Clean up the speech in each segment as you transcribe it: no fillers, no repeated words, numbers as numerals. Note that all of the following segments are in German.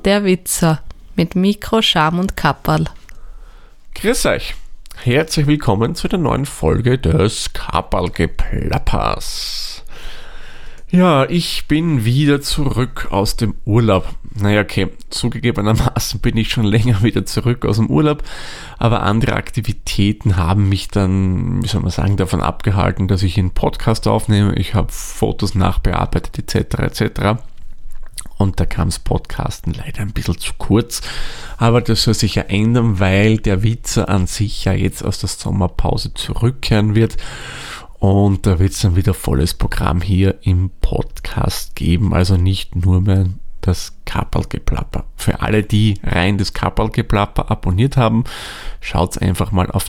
Der Witzer mit Mikro, Charme und Kapperl. Grüß euch, herzlich willkommen zu der neuen Folge des Kapperlgeplappers. Ja, ich bin wieder zurück aus dem Urlaub. Naja, okay, zugegebenermaßen bin ich schon länger wieder zurück aus dem Urlaub, aber andere Aktivitäten haben mich dann, davon abgehalten, dass ich einen Podcast aufnehme. Ich habe Fotos nachbearbeitet etc. Und da kam das Podcasten leider ein bisschen zu kurz. Aber das soll sich ja ändern, weil der Witzer an sich ja jetzt aus der Sommerpause zurückkehren wird. Und da wird es dann wieder volles Programm hier im Podcast geben. Also nicht nur mehr das Kapperlgeplapper. Für alle, die rein das Kapperlgeplapper abonniert haben, schaut einfach mal auf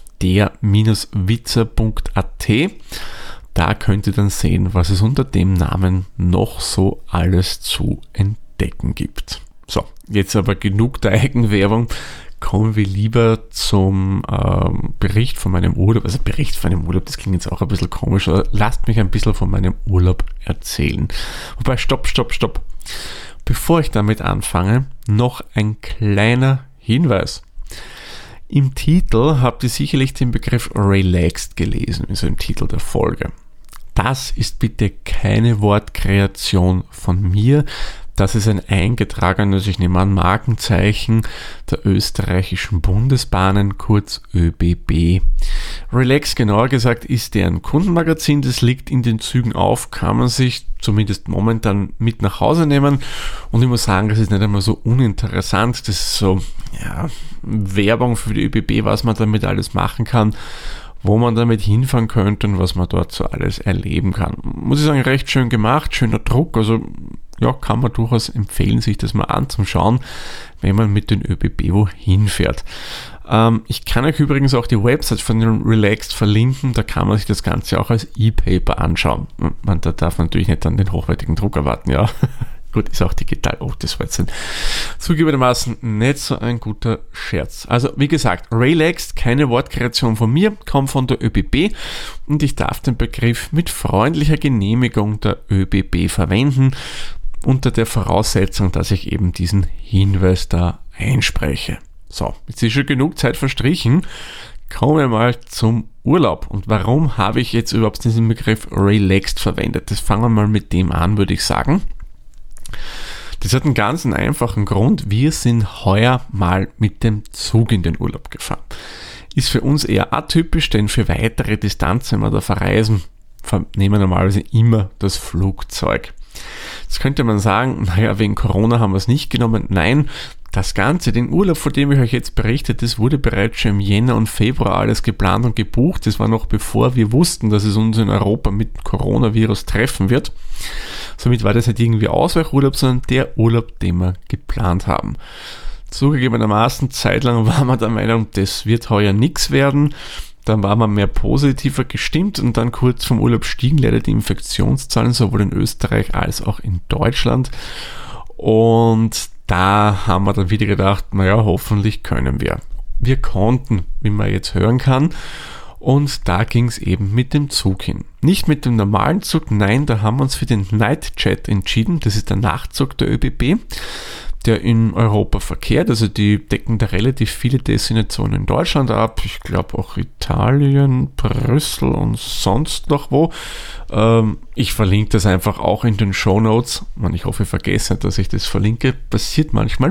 der-witzer.at. Da könnt ihr dann sehen, was es unter dem Namen noch so alles zu entdecken gibt. So, jetzt aber genug der Eigenwerbung. Kommen wir lieber zum Bericht von meinem Urlaub. Also Bericht von meinem Urlaub, das klingt jetzt auch ein bisschen komisch. Aber lasst mich ein bisschen von meinem Urlaub erzählen. Wobei, stopp. Bevor ich damit anfange, noch ein kleiner Hinweis. Im Titel habt ihr sicherlich den Begriff relaxed gelesen, also im Titel der Folge. Das ist bitte keine Wortkreation von mir. Das ist ein eingetragenes, ich nehme an, Markenzeichen der österreichischen Bundesbahnen, kurz ÖBB. Relax, genauer gesagt, ist deren Kundenmagazin. Das liegt in den Zügen auf, kann man sich zumindest momentan mit nach Hause nehmen. Und ich muss sagen, das ist nicht einmal so uninteressant. Das ist so, Werbung für die ÖBB, was man damit alles machen kann, wo man damit hinfahren könnte und was man dort so alles erleben kann. Muss ich sagen, recht schön gemacht, schöner Druck, also ja, kann man durchaus empfehlen, sich das mal anzuschauen, wenn man mit den ÖBB wohin fährt. Ich kann euch übrigens auch die Website von den Relaxed verlinken, da kann man sich das Ganze auch als E-Paper anschauen. Da darf man natürlich nicht an den hochwertigen Druck erwarten, ja. Gut, ist auch digital. Oh, das war jetzt zugegebenermaßen nicht so ein guter Scherz. Also, wie gesagt, relaxed, keine Wortkreation von mir, kommt von der ÖBB und ich darf den Begriff mit freundlicher Genehmigung der ÖBB verwenden, unter der Voraussetzung, dass ich eben diesen Hinweis da einspreche. So, jetzt ist schon genug Zeit verstrichen. Kommen wir mal zum Urlaub. Und warum habe ich jetzt überhaupt diesen Begriff relaxed verwendet? Das fangen wir mal mit dem an, würde ich sagen. Das hat einen ganz einfachen Grund. Wir sind heuer mal mit dem Zug in den Urlaub gefahren. Ist für uns eher atypisch, denn für weitere Distanz, wenn wir da verreisen, nehmen wir normalerweise immer das Flugzeug. Jetzt könnte man sagen, wegen Corona haben wir es nicht genommen. Nein, das Ganze, den Urlaub, von dem ich euch jetzt berichte, das wurde bereits schon im Jänner und Februar alles geplant und gebucht. Das war noch bevor wir wussten, dass es uns in Europa mit Coronavirus treffen wird. Somit war das nicht irgendwie Ausweichurlaub, sondern der Urlaub, den wir geplant haben. Zugegebenermaßen, zeitlang war man der Meinung, das wird heuer nichts werden. Dann war man mehr positiver gestimmt und dann kurz vom Urlaub stiegen leider die Infektionszahlen, sowohl in Österreich als auch in Deutschland. Und da haben wir dann wieder gedacht, hoffentlich können wir. Wir konnten, wie man jetzt hören kann. Und da ging es eben mit dem Zug hin. Nicht mit dem normalen Zug, nein, da haben wir uns für den Nightjet entschieden. Das ist der Nachtzug der ÖBB, der in Europa verkehrt. Also die decken da relativ viele Destinationen in Deutschland ab. Ich glaube auch Italien, Brüssel und sonst noch wo. Ich verlinke das einfach auch in den Shownotes. Ich hoffe, ihr vergesst nicht, dass ich das verlinke. Passiert manchmal.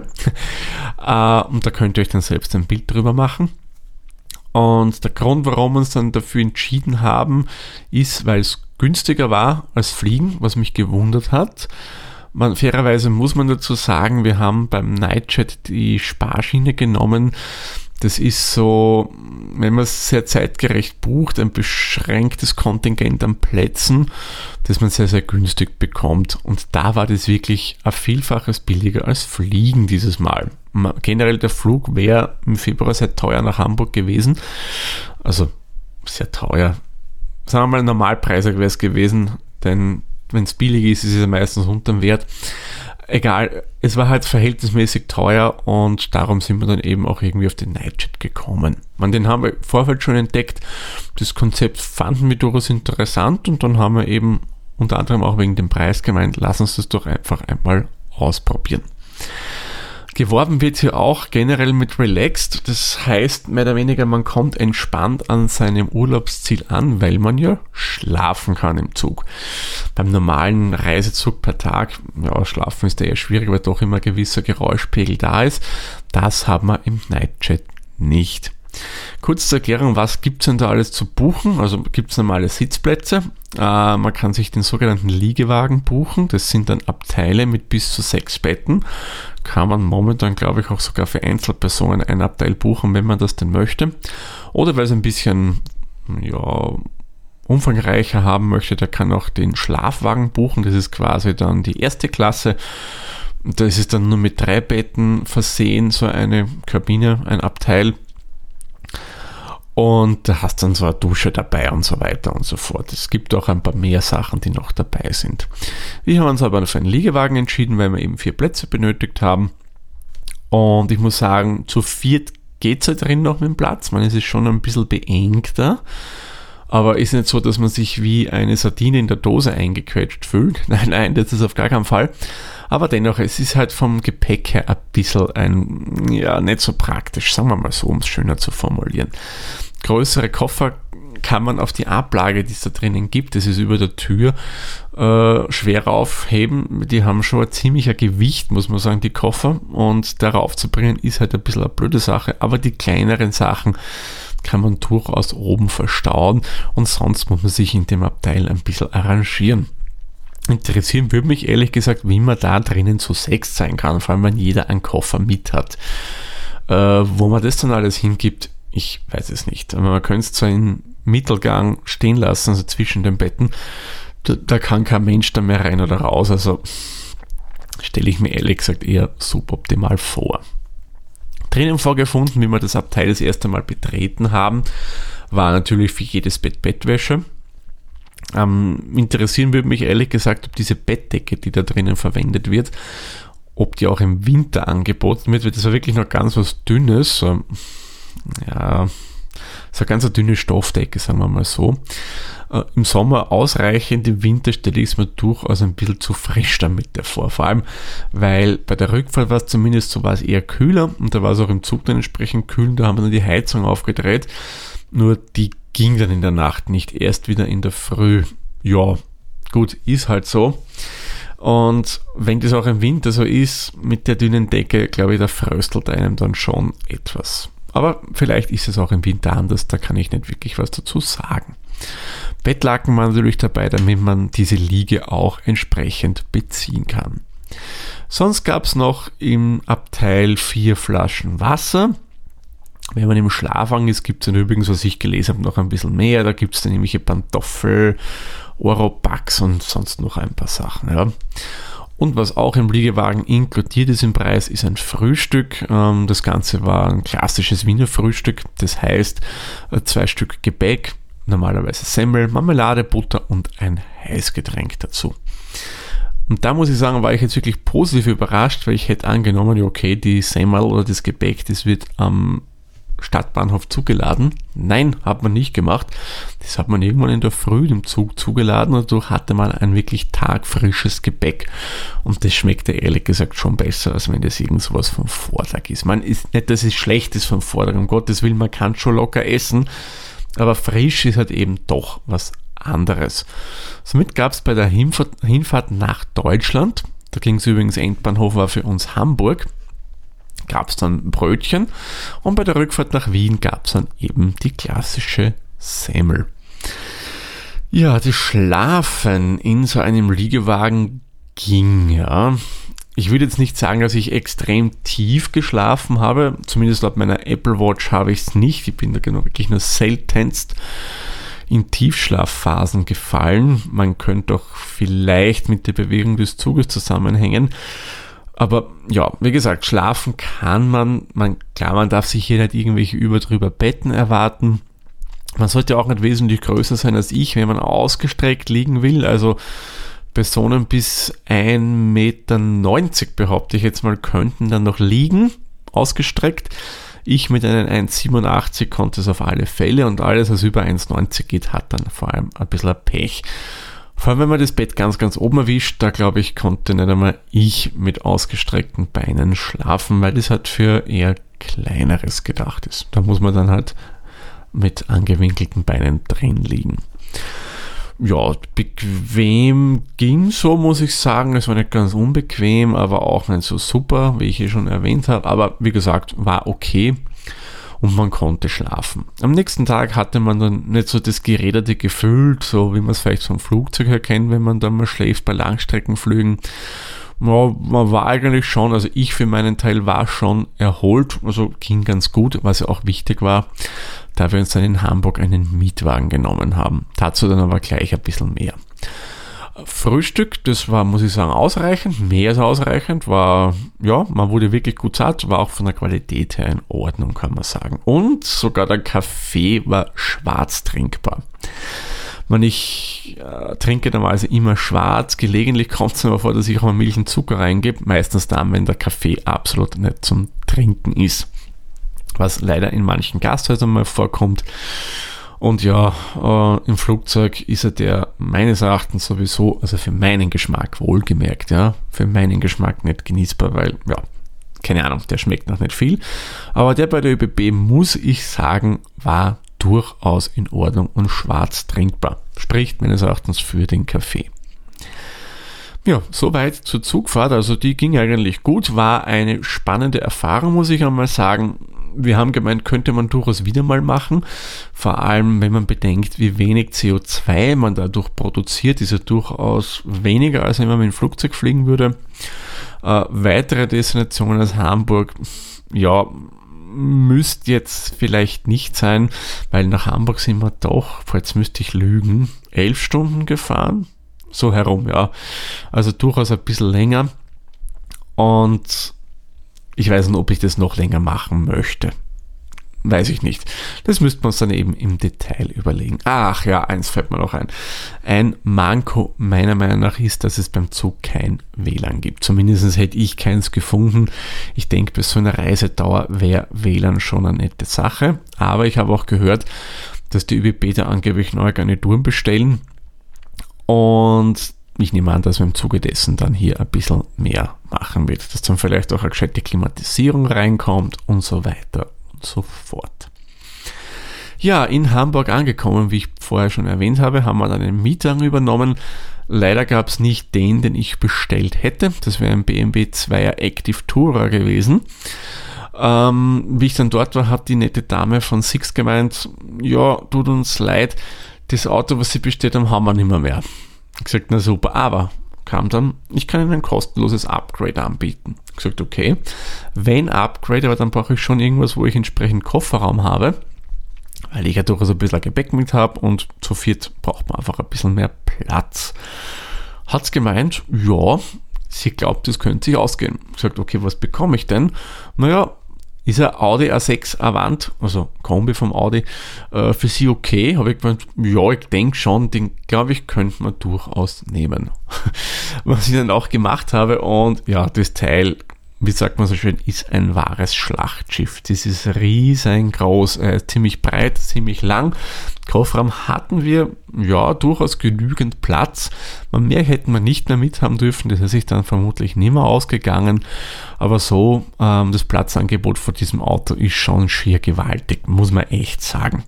Und da könnt ihr euch dann selbst ein Bild drüber machen. Und der Grund, warum wir uns dann dafür entschieden haben, ist, weil es günstiger war als Fliegen, was mich gewundert hat. Fairerweise muss man dazu sagen, wir haben beim Nightjet die Sparschiene genommen. Das ist so, wenn man es sehr zeitgerecht bucht, ein beschränktes Kontingent an Plätzen, das man sehr, sehr günstig bekommt. Und da war das wirklich ein Vielfaches billiger als Fliegen dieses Mal. Generell der Flug wäre im Februar sehr teuer nach Hamburg gewesen. Also sehr teuer. Sagen wir mal, normalpreisig wäre es gewesen, denn wenn es billig ist, ist es ja meistens unterm Wert. Egal, es war halt verhältnismäßig teuer und darum sind wir dann eben auch irgendwie auf den Nightjet gekommen. Den haben wir im Vorfeld schon entdeckt. Das Konzept fanden wir durchaus interessant und dann haben wir eben unter anderem auch wegen dem Preis gemeint, lass uns das doch einfach einmal ausprobieren. Geworben wird hier auch generell mit relaxed. Das heißt, mehr oder weniger, man kommt entspannt an seinem Urlaubsziel an, weil man ja schlafen kann im Zug. Beim normalen Reisezug per Tag, ja, schlafen ist eher schwierig, weil doch immer ein gewisser Geräuschpegel da ist. Das haben wir im Nightjet nicht. Kurz zur Erklärung, was gibt es denn da alles zu buchen? Also gibt es normale Sitzplätze, man kann sich den sogenannten Liegewagen buchen, das sind dann Abteile mit bis zu 6 Betten, kann man momentan, glaube ich, auch sogar für Einzelpersonen ein Abteil buchen, wenn man das denn möchte. Oder wer es ein bisschen umfangreicher haben möchte, der kann auch den Schlafwagen buchen, das ist quasi dann die erste Klasse. Das ist dann nur mit 3 Betten versehen, so eine Kabine, ein Abteil. Und da hast dann so eine Dusche dabei und so weiter und so fort. Es gibt auch ein paar mehr Sachen, die noch dabei sind. Wir haben uns aber für einen Liegewagen entschieden, weil wir eben 4 Plätze benötigt haben. Und ich muss sagen, zu 4 geht es halt drin noch mit dem Platz. Man ist schon ein bisschen beengter. Aber ist nicht so, dass man sich wie eine Sardine in der Dose eingequetscht fühlt. Nein, das ist auf gar keinen Fall. Aber dennoch, es ist halt vom Gepäck her ein bisschen nicht so praktisch, sagen wir mal so, um es schöner zu formulieren. Größere Koffer kann man auf die Ablage, die es da drinnen gibt, das ist über der Tür, schwer aufheben. Die haben schon ein ziemlicher Gewicht, muss man sagen, die Koffer. Und darauf zu bringen, ist halt ein bisschen eine blöde Sache. Aber die kleineren Sachen kann man durchaus oben verstauen. Und sonst muss man sich in dem Abteil ein bisschen arrangieren. Interessieren würde mich ehrlich gesagt, wie man da drinnen zu 6 sein kann, vor allem wenn jeder einen Koffer mit hat. Wo man das dann alles hingibt, ich weiß es nicht. Aber man könnte es zwar im Mittelgang stehen lassen, also zwischen den Betten, da kann kein Mensch da mehr rein oder raus, also stelle ich mir ehrlich gesagt eher suboptimal vor. Drinnen vorgefunden, wie wir das Abteil das erste Mal betreten haben, war natürlich für jedes Bett Bettwäsche. Interessieren würde mich ehrlich gesagt, ob diese Bettdecke, die da drinnen verwendet wird, ob die auch im Winter angeboten wird, weil das war wirklich noch ganz was Dünnes, so eine ganz dünne Stoffdecke, sagen wir mal so. Im Sommer ausreichend, im Winter stelle ich es mir durchaus ein bisschen zu frisch damit vor. Vor allem, weil bei der Rückfahrt war es zumindest so, war es eher kühler und da war es auch im Zug dann entsprechend kühl, da haben wir dann die Heizung aufgedreht, nur die ging dann in der Nacht nicht, erst wieder in der Früh. Ja, gut, ist halt so. Und wenn das auch im Winter so ist, mit der dünnen Decke, glaube ich, da fröstelt einem dann schon etwas. Aber vielleicht ist es auch im Winter anders, da kann ich nicht wirklich was dazu sagen. Bettlaken war natürlich dabei, damit man diese Liege auch entsprechend beziehen kann. Sonst gab es noch im Abteil 4 Flaschen Wasser. Wenn man im Schlafwagen ist, gibt es dann übrigens, was ich gelesen habe, noch ein bisschen mehr. Da gibt es dann irgendwelche Pantoffel, Oropax und sonst noch ein paar Sachen. Ja. Und was auch im Liegewagen inkludiert ist im Preis, ist ein Frühstück. Das Ganze war ein klassisches Wiener Frühstück. Das heißt 2 Stück Gebäck, normalerweise Semmel, Marmelade, Butter und ein Heißgetränk dazu. Und da muss ich sagen, war ich jetzt wirklich positiv überrascht, weil ich hätte angenommen, okay, die Semmel oder das Gebäck, das wird am Stadtbahnhof zugeladen. Nein, hat man nicht gemacht. Das hat man irgendwann in der Früh im Zug zugeladen und dadurch hatte man ein wirklich tagfrisches Gebäck. Und das schmeckte ehrlich gesagt schon besser, als wenn das irgend sowas vom Vortag ist. Man ist nicht, dass es schlecht ist vom Vortag, um Gottes Willen, man kann schon locker essen, aber frisch ist halt eben doch was anderes. Somit gab es bei der Hinfahrt nach Deutschland, da ging es übrigens, Endbahnhof war für uns Hamburg, gab es dann Brötchen und bei der Rückfahrt nach Wien gab es dann eben die klassische Semmel. Ja, das Schlafen in so einem Liegewagen ging, ja. Ich würde jetzt nicht sagen, dass ich extrem tief geschlafen habe, zumindest laut meiner Apple Watch habe ich es nicht. Ich bin da genau wirklich nur seltenst in Tiefschlafphasen gefallen. Man könnte doch vielleicht mit der Bewegung des Zuges zusammenhängen. Aber ja, wie gesagt, schlafen kann man. Klar, man darf sich hier nicht irgendwelche drüber Betten erwarten. Man sollte auch nicht wesentlich größer sein als ich, wenn man ausgestreckt liegen will. Also Personen bis 1,90 Meter, behaupte ich jetzt mal, könnten dann noch liegen, ausgestreckt. Ich mit einem 1,87 konnte es auf alle Fälle und alles, was über 1,90 geht, hat dann vor allem ein bisschen Pech. Vor allem, wenn man das Bett ganz, ganz oben erwischt, da glaube ich, konnte nicht einmal ich mit ausgestreckten Beinen schlafen, weil das halt für eher Kleineres gedacht ist. Da muss man dann halt mit angewinkelten Beinen drin liegen. Ja, bequem ging so, muss ich sagen. Es war nicht ganz unbequem, aber auch nicht so super, wie ich schon erwähnt habe. Aber wie gesagt, war okay und man konnte schlafen. Am nächsten Tag hatte man dann nicht so das geräderte Gefühl, so wie man es vielleicht vom Flugzeug her kennt, wenn man dann mal schläft bei Langstreckenflügen. Ja, man war eigentlich schon, also ich für meinen Teil war schon erholt, also ging ganz gut, was ja auch wichtig war, da wir uns dann in Hamburg einen Mietwagen genommen haben. Dazu dann aber gleich ein bisschen mehr. Frühstück, das war, muss ich sagen, ausreichend, mehr als ausreichend, war, ja, man wurde wirklich gut satt, war auch von der Qualität her in Ordnung, kann man sagen. Und sogar der Kaffee war schwarz trinkbar. Ich trinke normalerweise immer schwarz, gelegentlich kommt es mir vor, dass ich auch mal Milch und Zucker reingebe, meistens dann, wenn der Kaffee absolut nicht zum Trinken ist, was leider in manchen Gasthäusern mal vorkommt. Und ja, im Flugzeug ist er der meines Erachtens sowieso, also für meinen Geschmack wohlgemerkt, ja, für meinen Geschmack nicht genießbar, weil, ja, keine Ahnung, der schmeckt noch nicht viel. Aber der bei der ÖBB, muss ich sagen, war durchaus in Ordnung und schwarz trinkbar. Spricht meines Erachtens für den Kaffee. Ja, soweit zur Zugfahrt, also die ging eigentlich gut, war eine spannende Erfahrung, muss ich einmal sagen. Wir haben gemeint, könnte man durchaus wieder mal machen, vor allem wenn man bedenkt, wie wenig CO2 man dadurch produziert, ist ja durchaus weniger, als wenn man mit dem Flugzeug fliegen würde. Weitere Destinationen als Hamburg, ja, müsste jetzt vielleicht nicht sein, weil nach Hamburg sind wir doch, jetzt müsste ich lügen, 11 Stunden gefahren, so herum, ja, also durchaus ein bisschen länger und ich weiß nicht, ob ich das noch länger machen möchte. Weiß ich nicht. Das müsste man uns dann eben im Detail überlegen. Ach ja, eins fällt mir noch ein. Ein Manko meiner Meinung nach ist, dass es beim Zug kein WLAN gibt. Zumindest hätte ich keins gefunden. Ich denke, bei so einer Reisedauer wäre WLAN schon eine nette Sache. Aber ich habe auch gehört, dass die ÖBB da angeblich neue Garnituren bestellen. Und ich nehme an, dass man im Zuge dessen dann hier ein bisschen mehr machen wird, dass dann vielleicht auch eine gescheite Klimatisierung reinkommt und so weiter und so fort. Ja, in Hamburg angekommen, wie ich vorher schon erwähnt habe, haben wir dann einen Mietwagen übernommen. Leider gab es nicht den ich bestellt hätte. Das wäre ein BMW 2er Active Tourer gewesen. Wie ich dann dort war, hat die nette Dame von Sixt gemeint, ja, tut uns leid, das Auto, was sie bestellt haben, haben wir nicht mehr. Gesagt, na super, aber kam dann, ich kann Ihnen ein kostenloses Upgrade anbieten. Gesagt, okay, wenn Upgrade, aber dann brauche ich schon irgendwas, wo ich entsprechend Kofferraum habe, weil ich ja durchaus ein bisschen Gepäck mit habe und zu viert braucht man einfach ein bisschen mehr Platz. Hat's gemeint, ja, sie glaubt, das könnte sich ausgehen. Gesagt, okay, was bekomme ich denn? Naja, ist ein Audi A6 Avant, also Kombi vom Audi, für Sie okay? Habe ich gemeint, ja, ich denke schon, den glaube ich, könnte man durchaus nehmen. Was ich dann auch gemacht habe und ja, das Teil, wie sagt man so schön, ist ein wahres Schlachtschiff. Das ist riesengroß, ziemlich breit, ziemlich lang. Kofferraum hatten wir, ja, durchaus genügend Platz. Mehr hätten wir nicht mehr mit haben dürfen, das ist sich dann vermutlich nicht mehr ausgegangen. Aber so, das Platzangebot von diesem Auto ist schon schier gewaltig, muss man echt sagen.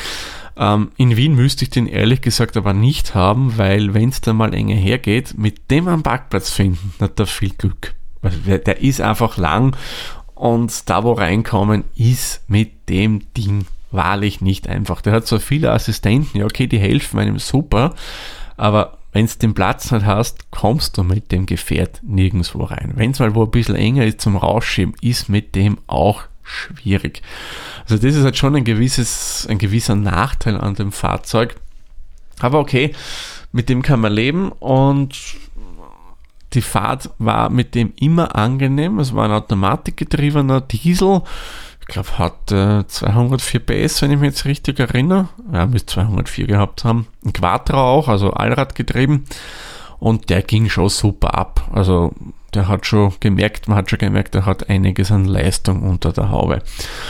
In Wien müsste ich den ehrlich gesagt aber nicht haben, weil wenn es dann mal enger hergeht, mit dem einen Parkplatz finden, hat er viel Glück. Der ist einfach lang und da wo reinkommen ist mit dem Ding wahrlich nicht einfach. Der hat so viele Assistenten, ja okay, die helfen einem super, aber wenn du den Platz nicht hast, kommst du mit dem Gefährt nirgendwo rein. Wenn es mal wo ein bisschen enger ist zum Rausschieben, ist mit dem auch schwierig. Also das ist halt schon ein gewisser Nachteil an dem Fahrzeug. Aber okay, mit dem kann man leben und die Fahrt war mit dem immer angenehm. Es war ein automatikgetriebener Diesel. Ich glaube, hat 204 PS, wenn ich mich jetzt richtig erinnere. Ja, müsste 204 gehabt haben. Ein Quattro auch, also Allradgetrieben. Und der ging schon super ab. Also man hat schon gemerkt, er hat einiges an Leistung unter der Haube.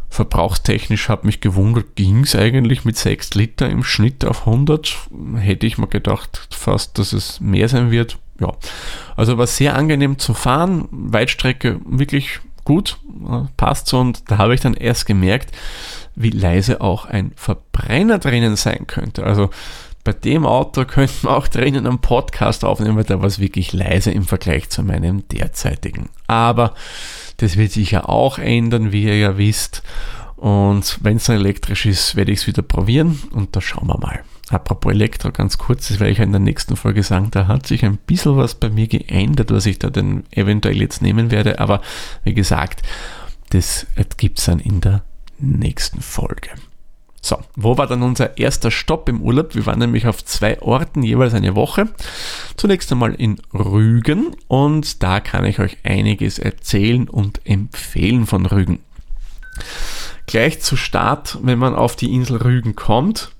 Verbrauchstechnisch habe mich gewundert, ging es eigentlich mit 6 Liter im Schnitt auf 100. Hätte ich mir gedacht fast, dass es mehr sein wird. Ja, also war sehr angenehm zu fahren, Weitstrecke wirklich gut, passt so, und da habe ich dann erst gemerkt, wie leise auch ein Verbrenner drinnen sein könnte. Also bei dem Auto könnte man auch drinnen einen Podcast aufnehmen, weil da war es wirklich leise im Vergleich zu meinem derzeitigen. Aber das wird sich ja auch ändern, wie ihr ja wisst. Und wenn es dann elektrisch ist, werde ich es wieder probieren und da schauen wir mal. Apropos Elektro, ganz kurz, das werde ich in der nächsten Folge sagen, da hat sich ein bisschen was bei mir geändert, was ich da dann eventuell jetzt nehmen werde. Aber wie gesagt, das gibt es dann in der nächsten Folge. So, wo war dann unser erster Stopp im Urlaub? Wir waren nämlich auf 2 Orten, jeweils eine Woche. Zunächst einmal in Rügen, und da kann ich euch einiges erzählen und empfehlen von Rügen. Gleich zu Start, wenn man auf die Insel Rügen kommt,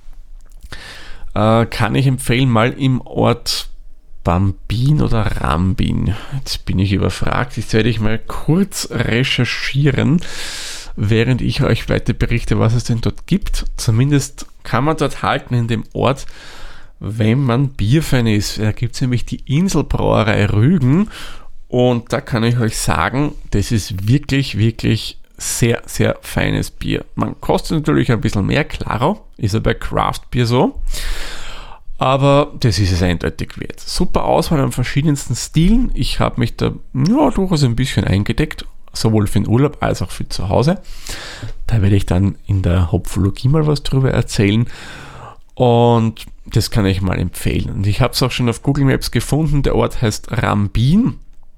kann ich empfehlen, mal im Ort Bambin oder Rambin. Jetzt bin ich überfragt, jetzt werde ich mal kurz recherchieren, während ich euch weiter berichte, was es denn dort gibt. Zumindest kann man dort halten in dem Ort, wenn man Bierfan ist. Da gibt es nämlich die Inselbrauerei Rügen, und da kann ich euch sagen, das ist wirklich, wirklich sehr, sehr feines Bier. Man kostet natürlich ein bisschen mehr, klaro, ist ja bei Craft Bier so, aber das ist es eindeutig wert. Super Auswahl an verschiedensten Stilen. Ich habe mich da durchaus ein bisschen eingedeckt, sowohl für den Urlaub als auch für zu Hause. Da werde ich dann in der Hopfologie mal was drüber erzählen, und das kann ich mal empfehlen. Und ich habe es auch schon auf Google Maps gefunden, der Ort heißt Rambin.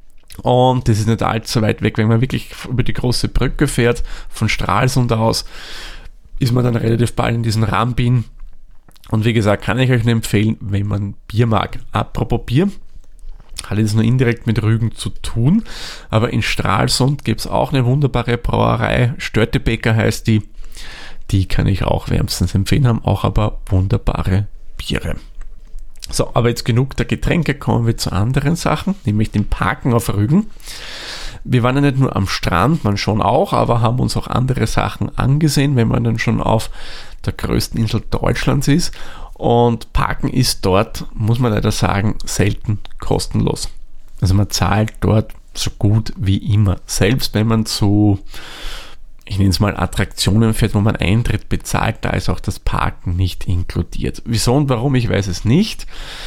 Und das ist nicht allzu weit weg. Wenn man wirklich über die große Brücke fährt, von Stralsund aus, ist man dann relativ bald in diesem Rambin. Und wie gesagt, kann ich euch nur empfehlen, wenn man Bier mag. Apropos Bier, hat jetzt nur indirekt mit Rügen zu tun, aber in Stralsund gibt es auch eine wunderbare Brauerei, Störtebeker heißt die. Die kann ich auch wärmstens empfehlen, haben auch aber wunderbare Biere. So, aber jetzt genug der Getränke, kommen wir zu anderen Sachen, nämlich dem Parken auf Rügen. Wir waren ja nicht nur am Strand, man schon auch, aber haben uns auch andere Sachen angesehen, wenn man dann schon auf der größten Insel Deutschlands ist. Und Parken ist dort, muss man leider sagen, selten kostenlos. Also man zahlt dort so gut wie immer. Selbst wenn man zu, ich nenne es mal, Attraktionen fährt, wo man Eintritt bezahlt, da ist auch das Parken nicht inkludiert. Wieso und warum, ich weiß es nicht.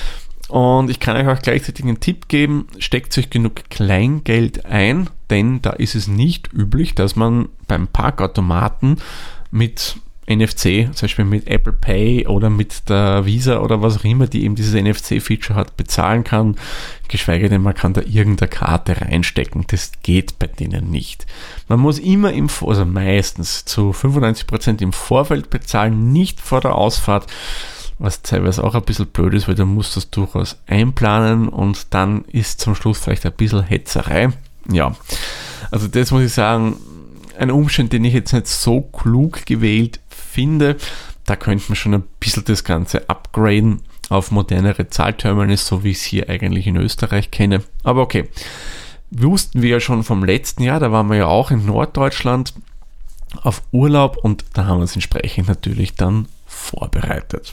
Und ich kann euch auch gleichzeitig einen Tipp geben, steckt euch genug Kleingeld ein, denn da ist es nicht üblich, dass man beim Parkautomaten mit NFC, zum Beispiel mit Apple Pay oder mit der Visa oder was auch immer, die eben dieses NFC-Feature hat, bezahlen kann, geschweige denn, man kann da irgendeine Karte reinstecken. Das geht bei denen nicht. Man muss immer also meistens zu 95% im Vorfeld bezahlen, nicht vor der Ausfahrt, was teilweise auch ein bisschen blöd ist, weil du musst das durchaus einplanen und dann ist zum Schluss vielleicht ein bisschen Hetzerei. Ja, also das muss ich sagen, ein Umstand, den ich jetzt nicht so klug gewählt finde. Da könnte man schon ein bisschen das Ganze upgraden auf modernere Zahlterminals, so wie ich es hier eigentlich in Österreich kenne. Aber okay, wussten wir ja schon vom letzten Jahr, da waren wir ja auch in Norddeutschland auf Urlaub und da haben wir uns entsprechend natürlich dann vorbereitet.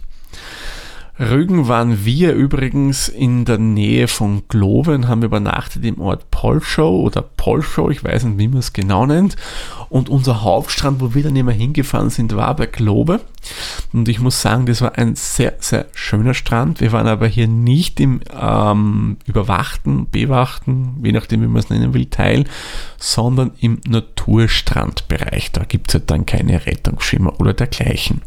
Rügen waren wir übrigens in der Nähe von Globe und haben übernachtet im Ort Polschow, ich weiß nicht, wie man es genau nennt. Und unser Hauptstrand, wo wir dann immer hingefahren sind, war bei Globe. Und ich muss sagen, das war ein sehr, sehr schöner Strand. Wir waren aber hier nicht im überwachten, bewachten, je nachdem, wie man es nennen will, Teil, sondern im Naturstrandbereich. Da gibt es halt dann keine Rettungsschimmer oder dergleichen.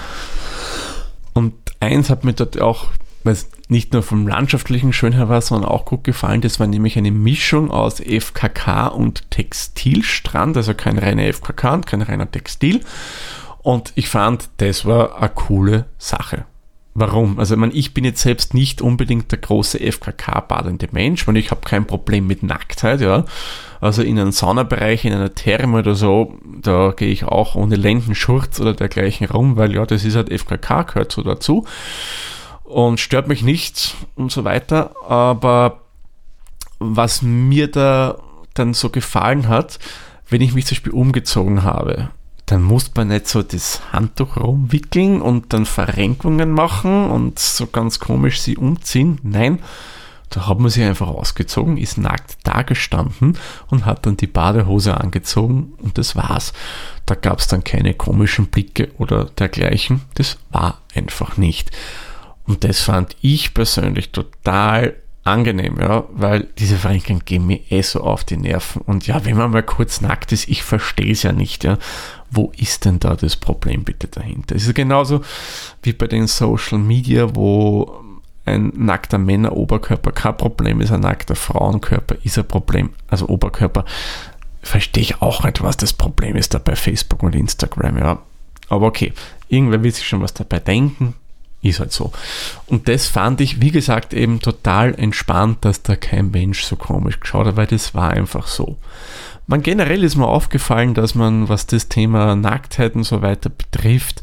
Und eins hat mir dort auch, weil es nicht nur vom landschaftlichen schön her war, sondern auch gut gefallen, das war nämlich eine Mischung aus FKK und Textilstrand, also kein reiner FKK und kein reiner Textil. Und ich fand, das war eine coole Sache. Warum? Also ich bin jetzt selbst nicht unbedingt der große FKK-badende Mensch, weil ich habe kein Problem mit Nacktheit, ja. Also in einem Saunabereich, in einer Therme oder so, da gehe ich auch ohne Lendenschurz oder dergleichen rum, weil ja, das ist halt FKK, gehört so dazu und stört mich nicht und so weiter. Aber was mir da dann so gefallen hat, wenn ich mich zum Beispiel umgezogen habe, dann muss man nicht so das Handtuch rumwickeln und dann Verrenkungen machen und so ganz komisch sie umziehen. Nein, da hat man sich einfach ausgezogen, ist nackt dagestanden und hat dann die Badehose angezogen und das war's. Da gab es dann keine komischen Blicke oder dergleichen. Das war einfach nicht. Und das fand ich persönlich total angenehm, ja, weil diese Verrenkungen gehen mir so auf die Nerven. Und ja, wenn man mal kurz nackt ist, ich verstehe es ja nicht, ja. Wo ist denn da das Problem bitte dahinter? Es ist genauso wie bei den Social Media, wo ein nackter Männer-Oberkörper kein Problem ist, ein nackter Frauenkörper ist ein Problem, also Oberkörper. Verstehe ich auch nicht, was das Problem ist da bei Facebook und Instagram, ja. Aber okay, irgendwer will sich schon was dabei denken, ist halt so. Und das fand ich, wie gesagt, eben total entspannt, dass da kein Mensch so komisch geschaut hat, weil das war einfach so. Generell ist mir aufgefallen, dass man, was das Thema Nacktheit und so weiter betrifft,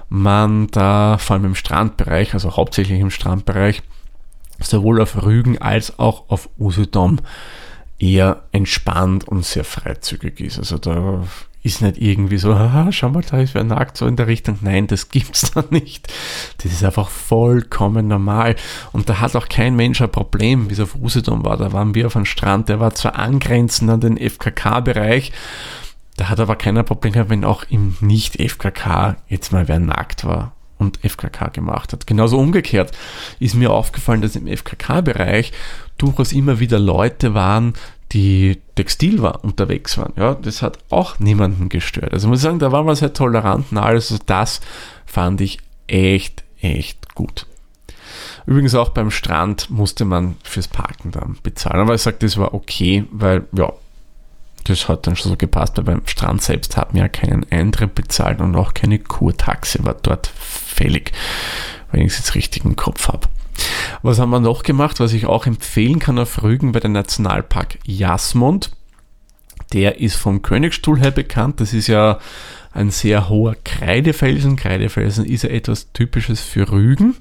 man da vor allem im Strandbereich, also hauptsächlich im Strandbereich, sowohl auf Rügen als auch auf Usedom eher entspannt und sehr freizügig ist. Also da ist nicht irgendwie so, schau mal, da ist wer nackt, so in der Richtung. Nein, das gibt's da nicht. Das ist einfach vollkommen normal. Und da hat auch kein Mensch ein Problem, wie es auf Usedom war. Da waren wir auf einem Strand, der war zwar angrenzend an den FKK-Bereich, da hat aber keiner Problem gehabt, wenn auch im Nicht-FKK jetzt mal wer nackt war und FKK gemacht hat. Genauso umgekehrt ist mir aufgefallen, dass im FKK-Bereich durchaus immer wieder Leute waren, die textil unterwegs waren. Ja, das hat auch niemanden gestört. Also muss ich sagen, da waren wir sehr tolerant und alles. Also das fand ich echt gut. Übrigens auch beim Strand musste man fürs Parken dann bezahlen. Aber ich sage, das war okay, weil ja, das hat dann schon so gepasst, weil beim Strand selbst hat man ja keinen Eintritt bezahlt und auch keine Kurtaxe war dort fällig, wenn ich es jetzt richtig im Kopf habe. Was haben wir noch gemacht, was ich auch empfehlen kann auf Rügen bei dem Nationalpark Jasmund? Der ist vom Königsstuhl her bekannt. Das ist ja ein sehr hoher Kreidefelsen. Kreidefelsen ist ja etwas Typisches für Rügen.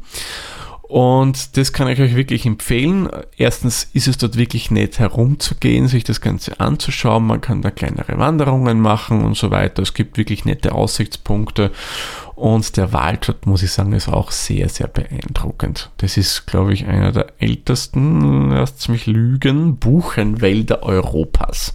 Und das kann ich euch wirklich empfehlen. Erstens ist es dort wirklich nett herumzugehen, sich das Ganze anzuschauen. Man kann da kleinere Wanderungen machen und so weiter. Es gibt wirklich nette Aussichtspunkte. Und der Wald dort, muss ich sagen, ist auch sehr, sehr beeindruckend. Das ist, glaube ich, einer der ältesten, lasst mich lügen, Buchenwälder Europas.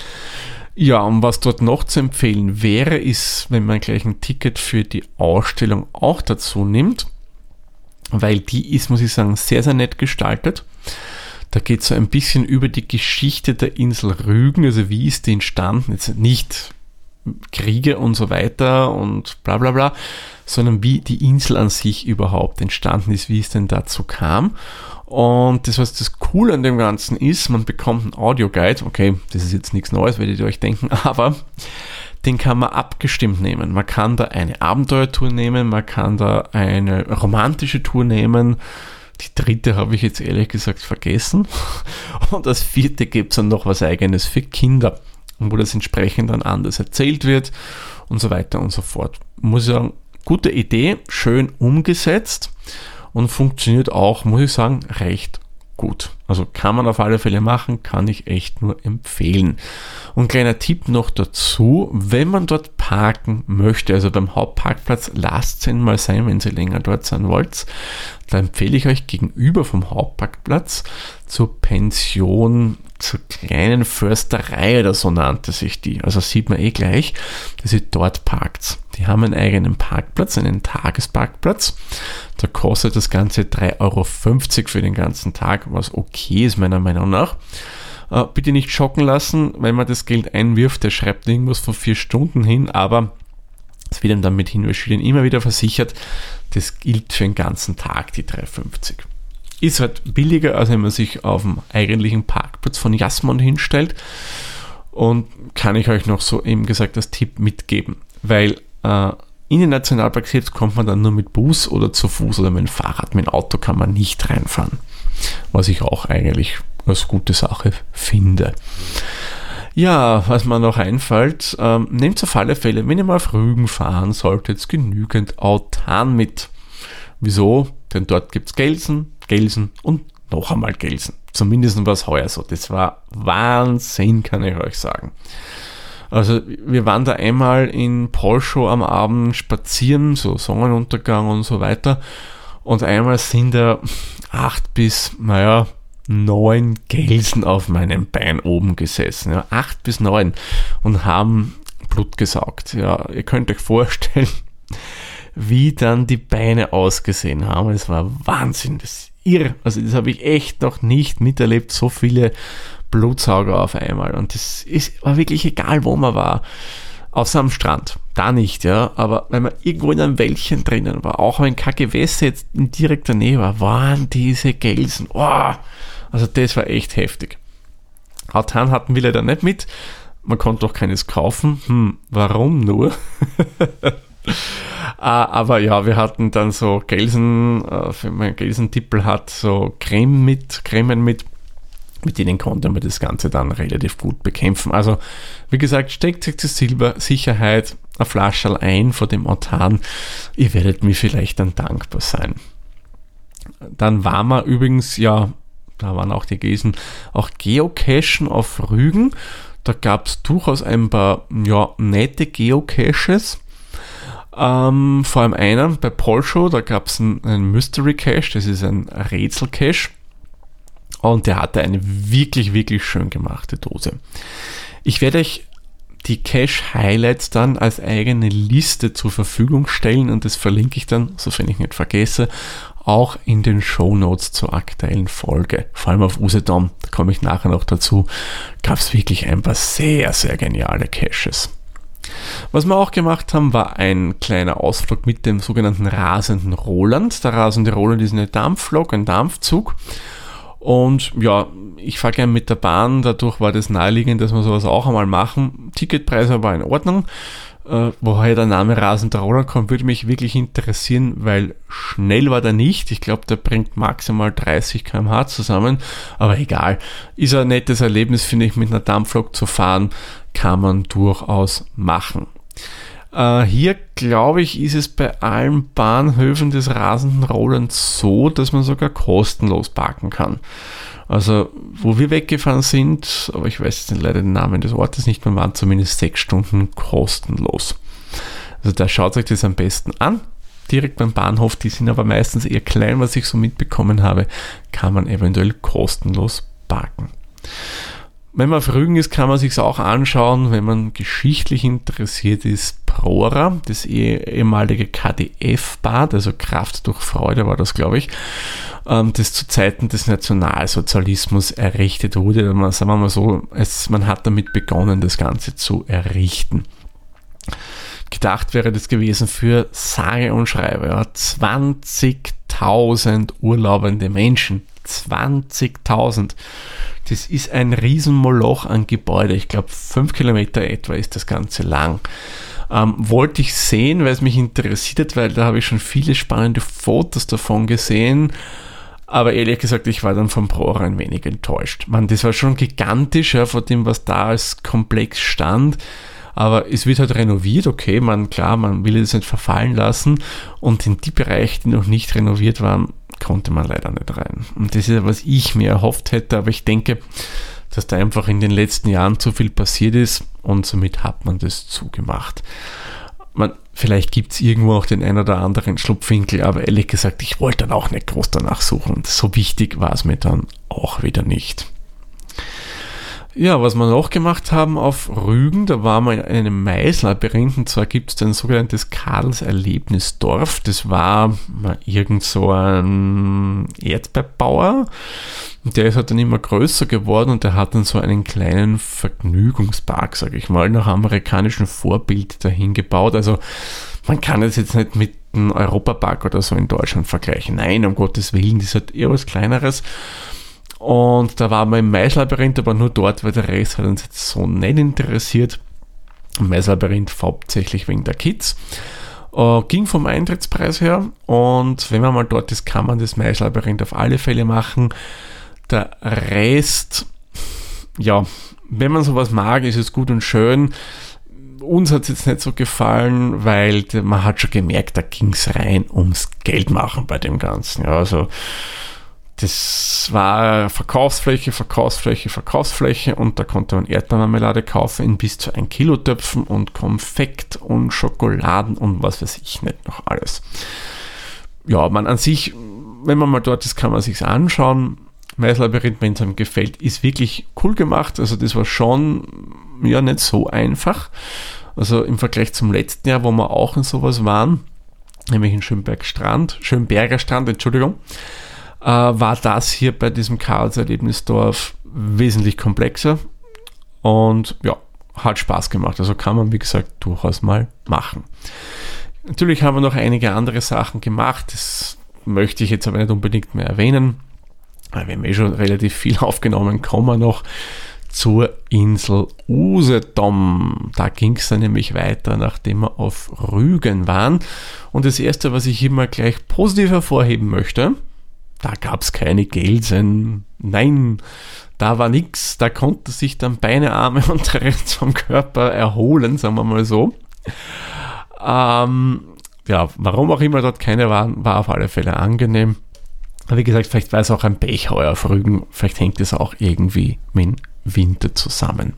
Ja, und was dort noch zu empfehlen wäre, ist, wenn man gleich ein Ticket für die Ausstellung auch dazu nimmt, weil die ist, muss ich sagen, sehr, sehr nett gestaltet. Da geht es so ein bisschen über die Geschichte der Insel Rügen, also wie ist die entstanden, jetzt nicht Kriege und so weiter und bla bla bla, sondern wie die Insel an sich überhaupt entstanden ist, wie es denn dazu kam. Und das, was das Coole an dem Ganzen ist, man bekommt einen Audioguide, okay, das ist jetzt nichts Neues, werdet ihr euch denken, aber den kann man abgestimmt nehmen. Man kann da eine Abenteuertour nehmen, man kann da eine romantische Tour nehmen. Die dritte habe ich jetzt ehrlich gesagt vergessen. Und als vierte gibt es dann noch was Eigenes für Kinder, wo das entsprechend dann anders erzählt wird und so weiter und so fort. Muss ich sagen, gute Idee, schön umgesetzt und funktioniert auch, muss ich sagen, recht gut. Also kann man auf alle Fälle machen, kann ich echt nur empfehlen. Und kleiner Tipp noch dazu, wenn man dort parken möchte, also beim Hauptparkplatz, lasst es mal sein, wenn ihr länger dort sein wollt, da empfehle ich euch gegenüber vom Hauptparkplatz zur Pension, zur kleinen Försterei oder so nannte sich die. Also sieht man gleich, dass ihr dort parkt. Die haben einen eigenen Parkplatz, einen Tagesparkplatz. Da kostet das Ganze 3,50 Euro für den ganzen Tag, was okay ist meiner Meinung nach. Bitte nicht schocken lassen, wenn man das Geld einwirft, der schreibt irgendwas von 4 Stunden hin, aber es wird ihm dann mit Hinweisschildern immer wieder versichert, das gilt für den ganzen Tag, die 3,50. Ist halt billiger, als wenn man sich auf dem eigentlichen Parkplatz von Jasmund hinstellt, und kann ich euch noch so eben gesagt als Tipp mitgeben, weil in den Nationalpark selbst kommt man dann nur mit Bus oder zu Fuß oder mit dem Fahrrad, mit dem Auto kann man nicht reinfahren, was ich auch eigentlich als gute Sache finde. Ja, was mir noch einfällt, nehmt auf alle Fälle, wenn ihr mal auf Rügen fahren solltet, genügend Autan mit. Wieso? Denn dort gibt es Gelsen und noch einmal Gelsen. Zumindest war es heuer so. Das war Wahnsinn, kann ich euch sagen. Also wir waren da einmal in Polschow am Abend spazieren, so Sonnenuntergang und so weiter. Und einmal sind da 8 bis 9 Gelsen auf meinem Bein oben gesessen. Ja, 8 bis 9 und haben Blut gesaugt. Ja, ihr könnt euch vorstellen, wie dann die Beine ausgesehen haben. Es war Wahnsinn, das ist irre. Also das habe ich echt noch nicht miterlebt, so viele Blutsauger auf einmal. Und war wirklich egal, wo man war. Außer am Strand. Da nicht, ja. Aber wenn man irgendwo in einem Wäldchen drinnen war, auch wenn kein Gewässer jetzt in direkter Nähe war, waren diese Gelsen. Oh, also das war echt heftig. Autan hatten wir leider nicht mit. Man konnte auch keines kaufen. Warum nur? Aber ja, wir hatten dann so Gelsen, für mein Gelsentippel hat so Cremen mit denen konnte man das Ganze dann relativ gut bekämpfen. Also, wie gesagt, steckt sich zur Sicherheit eine Flasche ein vor dem Autan. Ihr werdet mir vielleicht dann dankbar sein. Dann waren wir übrigens, ja, da waren auch die Gelsen, auch Geocachen auf Rügen. Da gab es durchaus ein paar, ja, nette Geocaches. Vor allem einen bei Polschow, da gab es einen Mystery Cache, das ist ein Rätsel-Cache. Und der hatte eine wirklich, wirklich schön gemachte Dose. Ich werde euch die Cache-Highlights dann als eigene Liste zur Verfügung stellen und das verlinke ich dann, sofern ich nicht vergesse, auch in den Shownotes zur aktuellen Folge. Vor allem auf Usedom, da komme ich nachher noch dazu, gab es wirklich ein paar sehr, sehr geniale Caches. Was wir auch gemacht haben, war ein kleiner Ausflug mit dem sogenannten rasenden Roland. Der rasende Roland ist eine Dampflok, ein Dampfzug. Und ja, ich fahre gerne mit der Bahn, dadurch war das naheliegend, dass wir sowas auch einmal machen. Ticketpreise war in Ordnung. Woher der Name rasender Roland kommt, würde mich wirklich interessieren, weil schnell war der nicht. Ich glaube, der bringt maximal 30 km/h zusammen, aber egal. Ist ein nettes Erlebnis, finde ich, mit einer Dampflok zu fahren, kann man durchaus machen. Hier, glaube ich, ist es bei allen Bahnhöfen des rasenden Rolands so, dass man sogar kostenlos parken kann. Also, wo wir weggefahren sind, aber ich weiß jetzt leider den Namen des Ortes nicht mehr, waren zumindest 6 Stunden kostenlos. Also da schaut euch das am besten an, direkt beim Bahnhof, die sind aber meistens eher klein, was ich so mitbekommen habe, kann man eventuell kostenlos parken. Wenn man auf Rügen ist, kann man sich auch anschauen, wenn man geschichtlich interessiert ist, Prora, das ehemalige KdF-Bad, also Kraft durch Freude war das, glaube ich, das zu Zeiten des Nationalsozialismus errichtet wurde. Sagen wir mal so, man hat damit begonnen, das Ganze zu errichten. Gedacht wäre das gewesen für sage und schreibe, ja, 20.000 urlaubende Menschen. 20.000. Das ist ein Riesenmoloch an Gebäude. Ich glaube, 5 Kilometer etwa ist das Ganze lang. Wollte ich sehen, weil es mich interessiert hat, weil da habe ich schon viele spannende Fotos davon gesehen. Aber ehrlich gesagt, ich war dann vom Prora ein wenig enttäuscht. Das war schon gigantisch, ja, von dem, was da als Komplex stand. Aber es wird halt renoviert, okay, man will es nicht verfallen lassen. Und in die Bereiche, die noch nicht renoviert waren, konnte man leider nicht rein. Und das ist, was ich mir erhofft hätte, aber ich denke, dass da einfach in den letzten Jahren zu viel passiert ist und somit hat man das zugemacht. Vielleicht gibt es irgendwo auch den ein oder anderen Schlupfwinkel, aber ehrlich gesagt, ich wollte dann auch nicht groß danach suchen und so wichtig war es mir dann auch wieder nicht. Ja, was wir noch gemacht haben auf Rügen, da waren wir in einem Maislabyrinth, und zwar gibt es ein sogenanntes Karls Erlebnisdorf. Das war irgend so ein Erdbeerbauer, der ist halt dann immer größer geworden und der hat dann so einen kleinen Vergnügungspark, sage ich mal, nach amerikanischem Vorbild dahin gebaut. Also man kann es jetzt nicht mit einem Europapark oder so in Deutschland vergleichen. Nein, um Gottes Willen, das ist halt eher was Kleineres. Und da waren wir im Maislabyrinth, aber nur dort, weil der Rest hat uns jetzt so nicht interessiert. Im Maislabyrinth hauptsächlich wegen der Kids. Ging vom Eintrittspreis her und wenn man mal dort ist, kann man das Maislabyrinth auf alle Fälle machen. Der Rest, ja, wenn man sowas mag, ist es gut und schön. Uns hat es jetzt nicht so gefallen, weil man hat schon gemerkt, da ging es rein ums Geld machen bei dem Ganzen. Ja, also das war Verkaufsfläche und da konnte man Erdbeermarmelade kaufen in bis zu 1 Kilo Töpfen und Konfekt und Schokoladen und was weiß ich nicht noch alles. Ja, man an sich, wenn man mal dort ist, kann man sich's anschauen. Maislabyrinth, wenn es einem gefällt, ist wirklich cool gemacht. Also das war schon ja nicht so einfach. Also im Vergleich zum letzten Jahr, wo wir auch in sowas waren, nämlich in Schönberger Strand, war das hier bei diesem Karls-Erlebnisdorf wesentlich komplexer und ja, hat Spaß gemacht. Also kann man, wie gesagt, durchaus mal machen. Natürlich haben wir noch einige andere Sachen gemacht, das möchte ich jetzt aber nicht unbedingt mehr erwähnen, weil wir haben schon relativ viel aufgenommen, kommen wir noch zur Insel Usedom. Da ging es dann nämlich weiter, nachdem wir auf Rügen waren. Und das Erste, was ich hier mal gleich positiv hervorheben möchte, da gab es keine Gelsen. Nein, da war nichts. Da konnte sich dann Beine, Arme und der Rest vom Körper erholen, sagen wir mal so. Ja, warum auch immer dort keine waren, war auf alle Fälle angenehm. Aber wie gesagt, vielleicht war es auch ein Pech heuer auf Rügen. Vielleicht hängt es auch irgendwie mit dem Winter zusammen.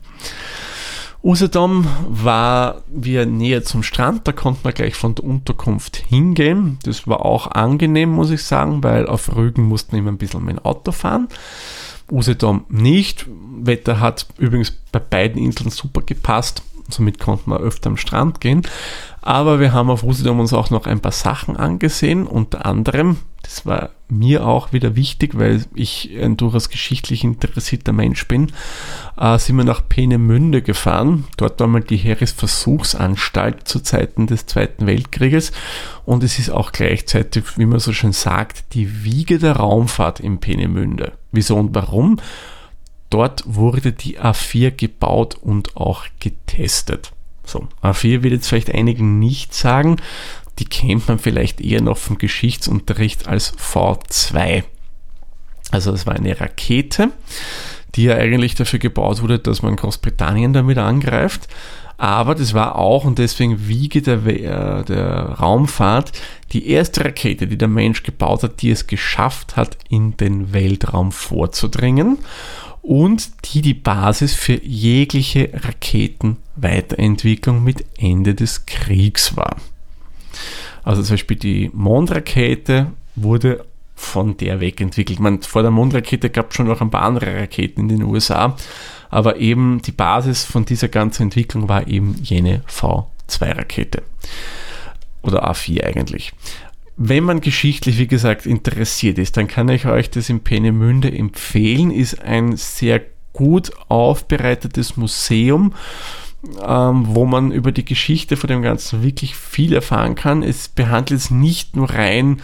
Usedom war wir näher zum Strand, da konnte man gleich von der Unterkunft hingehen. Das war auch angenehm, muss ich sagen, weil auf Rügen mussten wir immer ein bisschen mit dem Auto fahren. Usedom nicht. Wetter hat übrigens bei beiden Inseln super gepasst, somit konnten wir öfter am Strand gehen. Aber wir haben auf Usedom uns auch noch ein paar Sachen angesehen, unter anderem, das war mir auch wieder wichtig, weil ich ein durchaus geschichtlich interessierter Mensch bin, sind wir nach Peenemünde gefahren. Dort war mal die Heeresversuchsanstalt zu Zeiten des Zweiten Weltkrieges und es ist auch gleichzeitig, wie man so schön sagt, die Wiege der Raumfahrt in Peenemünde. Wieso und warum? Dort wurde die A4 gebaut und auch getestet. So, A4 wird jetzt vielleicht einigen nicht sagen, die kennt man vielleicht eher noch vom Geschichtsunterricht als V2. Also das war eine Rakete, die ja eigentlich dafür gebaut wurde, dass man Großbritannien damit angreift. Aber das war auch, und deswegen Wiege der Raumfahrt, die erste Rakete, die der Mensch gebaut hat, die es geschafft hat, in den Weltraum vorzudringen. Und die Basis für jegliche Raketenweiterentwicklung mit Ende des Kriegs war. Also zum Beispiel die Mondrakete wurde von der weg entwickelt. Vor der Mondrakete gab es schon noch ein paar andere Raketen in den USA, aber eben die Basis von dieser ganzen Entwicklung war eben jene V2-Rakete. Oder A4 eigentlich. Wenn man geschichtlich, wie gesagt, interessiert ist, dann kann ich euch das in Peenemünde empfehlen. Ist ein sehr gut aufbereitetes Museum, wo man über die Geschichte von dem Ganzen wirklich viel erfahren kann. Es behandelt es nicht nur rein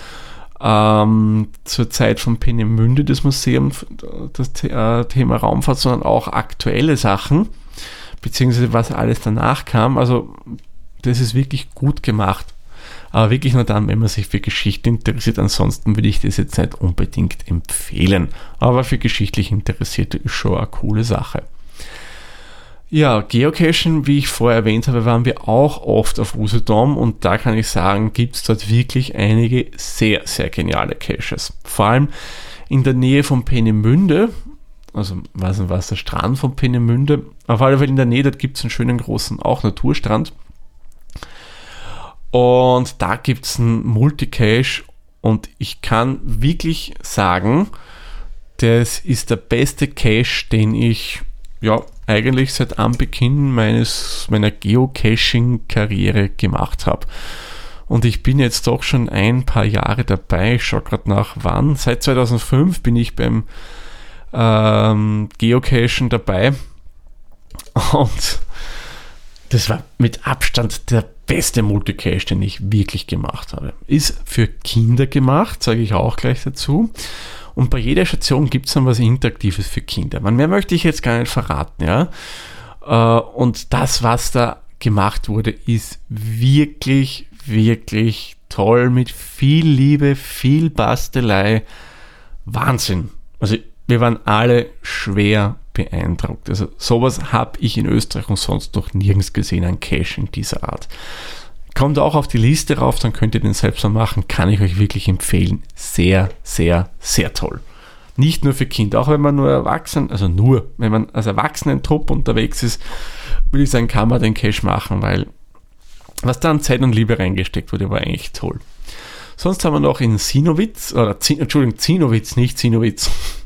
zur Zeit von Peenemünde, das Museum, das Thema Raumfahrt, sondern auch aktuelle Sachen, beziehungsweise was alles danach kam. Also das ist wirklich gut gemacht. Aber wirklich nur dann, wenn man sich für Geschichte interessiert. Ansonsten würde ich das jetzt nicht unbedingt empfehlen. Aber für geschichtlich Interessierte ist schon eine coole Sache. Ja, Geocachen, wie ich vorher erwähnt habe, waren wir auch oft auf Usedom und da kann ich sagen, gibt es dort wirklich einige sehr, sehr geniale Caches. Vor allem in der Nähe von Peenemünde, also weiß nicht was, der Strand von Peenemünde, auf alle Fälle in der Nähe, dort gibt es einen schönen großen, auch Naturstrand. Und da gibt es einen Multicache und ich kann wirklich sagen, das ist der beste Cache, den ich eigentlich seit Anbeginn meiner Geocaching-Karriere gemacht habe. Und ich bin jetzt doch schon ein paar Jahre dabei, ich schaue gerade nach wann, seit 2005 bin ich beim Geocachen dabei und das war mit Abstand der beste Multicache, den ich wirklich gemacht habe. Ist für Kinder gemacht, sage ich auch gleich dazu. Und bei jeder Station gibt es dann was Interaktives für Kinder. Mehr möchte ich jetzt gar nicht verraten, ja. Und das, was da gemacht wurde, ist wirklich, wirklich toll, mit viel Liebe, viel Bastelei. Wahnsinn. Also wir waren alle schwer beeindruckt. Also sowas habe ich in Österreich und sonst noch nirgends gesehen, ein Cache in dieser Art. Kommt auch auf die Liste rauf, dann könnt ihr den selbst mal machen, kann ich euch wirklich empfehlen. Sehr, sehr, sehr toll. Nicht nur für Kinder, auch wenn man wenn man als Erwachsenentrupp unterwegs ist, würde ich sagen, kann man den Cache machen, weil was da an Zeit und Liebe reingesteckt wurde, war eigentlich toll. Sonst haben wir noch in Zinnowitz, nicht Zinnowitz,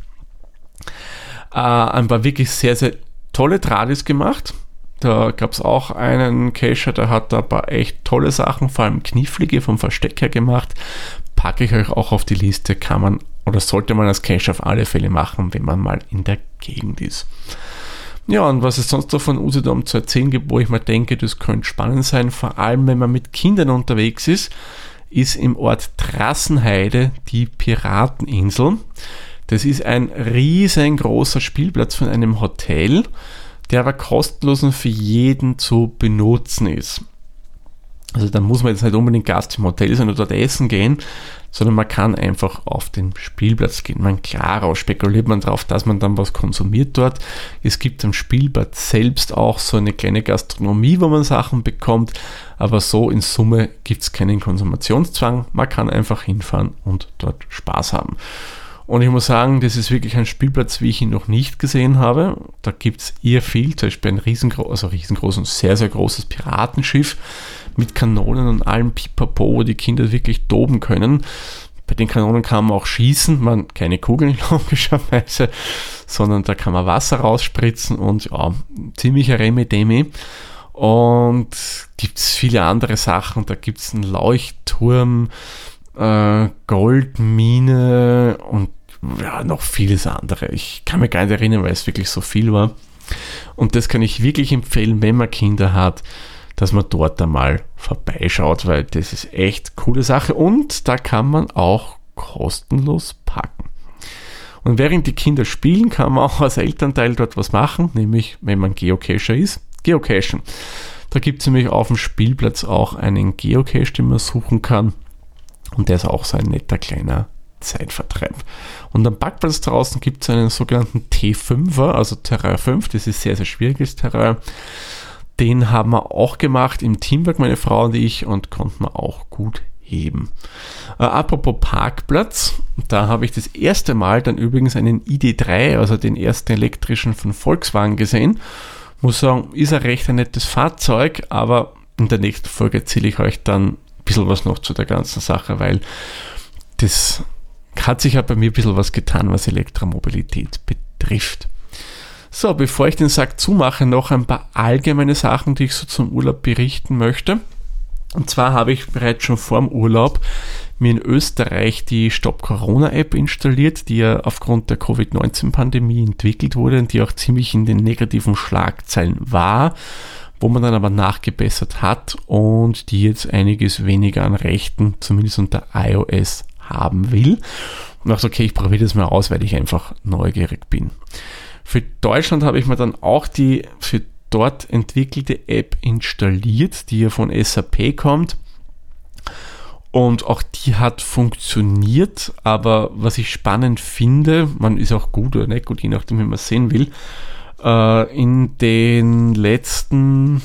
ein paar wirklich sehr, sehr tolle Tradis gemacht. Da gab es auch einen Cacher, der hat da ein paar echt tolle Sachen, vor allem knifflige vom Versteck her gemacht. Packe ich euch auch auf die Liste, kann man oder sollte man als Cache auf alle Fälle machen, wenn man mal in der Gegend ist. Ja, und was es sonst noch von Usedom zu erzählen gibt, wo ich mal denke, das könnte spannend sein, vor allem wenn man mit Kindern unterwegs ist im Ort Trassenheide die Pirateninsel. Das ist ein riesengroßer Spielplatz von einem Hotel, der aber kostenlos und für jeden zu benutzen ist. Also da muss man jetzt nicht unbedingt Gast im Hotel sein oder dort essen gehen, sondern man kann einfach auf den Spielplatz gehen. Klar, spekuliert man darauf, dass man dann was konsumiert dort. Es gibt am Spielplatz selbst auch so eine kleine Gastronomie, wo man Sachen bekommt, aber so in Summe gibt es keinen Konsumationszwang. Man kann einfach hinfahren und dort Spaß haben. Und ich muss sagen, das ist wirklich ein Spielplatz, wie ich ihn noch nicht gesehen habe. Da gibt es eher viel, zum Beispiel ein riesengroßes und sehr, sehr großes Piratenschiff mit Kanonen und allem Pipapo, wo die Kinder wirklich toben können. Bei den Kanonen kann man auch schießen, keine Kugeln logischerweise, sondern da kann man Wasser rausspritzen und ja, ziemlicher Remi-Demi. Und gibt es viele andere Sachen, da gibt es einen Leuchtturm, Goldmine und ja, noch vieles andere. Ich kann mich gar nicht erinnern, weil es wirklich so viel war. Und das kann ich wirklich empfehlen, wenn man Kinder hat, dass man dort einmal vorbeischaut, weil das ist echt eine coole Sache und da kann man auch kostenlos parken. Und während die Kinder spielen, kann man auch als Elternteil dort was machen, nämlich wenn man Geocacher ist, Geocachen. Da gibt es nämlich auf dem Spielplatz auch einen Geocache, den man suchen kann. Und der ist auch so ein netter kleiner Zeitvertreib. Und am Parkplatz draußen gibt es einen sogenannten T5er, also Terrain 5, das ist sehr, sehr schwieriges Terrain. Den haben wir auch gemacht im Teamwork, meine Frau und ich, und konnten wir auch gut heben. Apropos Parkplatz, da habe ich das erste Mal dann übrigens einen ID3, also den ersten elektrischen von Volkswagen gesehen. Muss sagen, ist ein recht ein nettes Fahrzeug, aber in der nächsten Folge erzähle ich euch dann ein bisschen was noch zu der ganzen Sache, weil das hat sich ja bei mir ein bisschen was getan, was Elektromobilität betrifft. So, bevor ich den Sack zumache, noch ein paar allgemeine Sachen, die ich so zum Urlaub berichten möchte. Und zwar habe ich bereits schon vor dem Urlaub mir in Österreich die Stop Corona App installiert, die ja aufgrund der Covid-19-Pandemie entwickelt wurde und die auch ziemlich in den negativen Schlagzeilen war, wo man dann aber nachgebessert hat und die jetzt einiges weniger an Rechten, zumindest unter iOS, haben will. Und dachte, okay, ich probiere das mal aus, weil ich einfach neugierig bin. Für Deutschland habe ich mir dann auch die für dort entwickelte App installiert, die ja von SAP kommt. Und auch die hat funktioniert, aber was ich spannend finde, man ist auch gut oder nicht gut, je nachdem, wie man es sehen will, in den letzten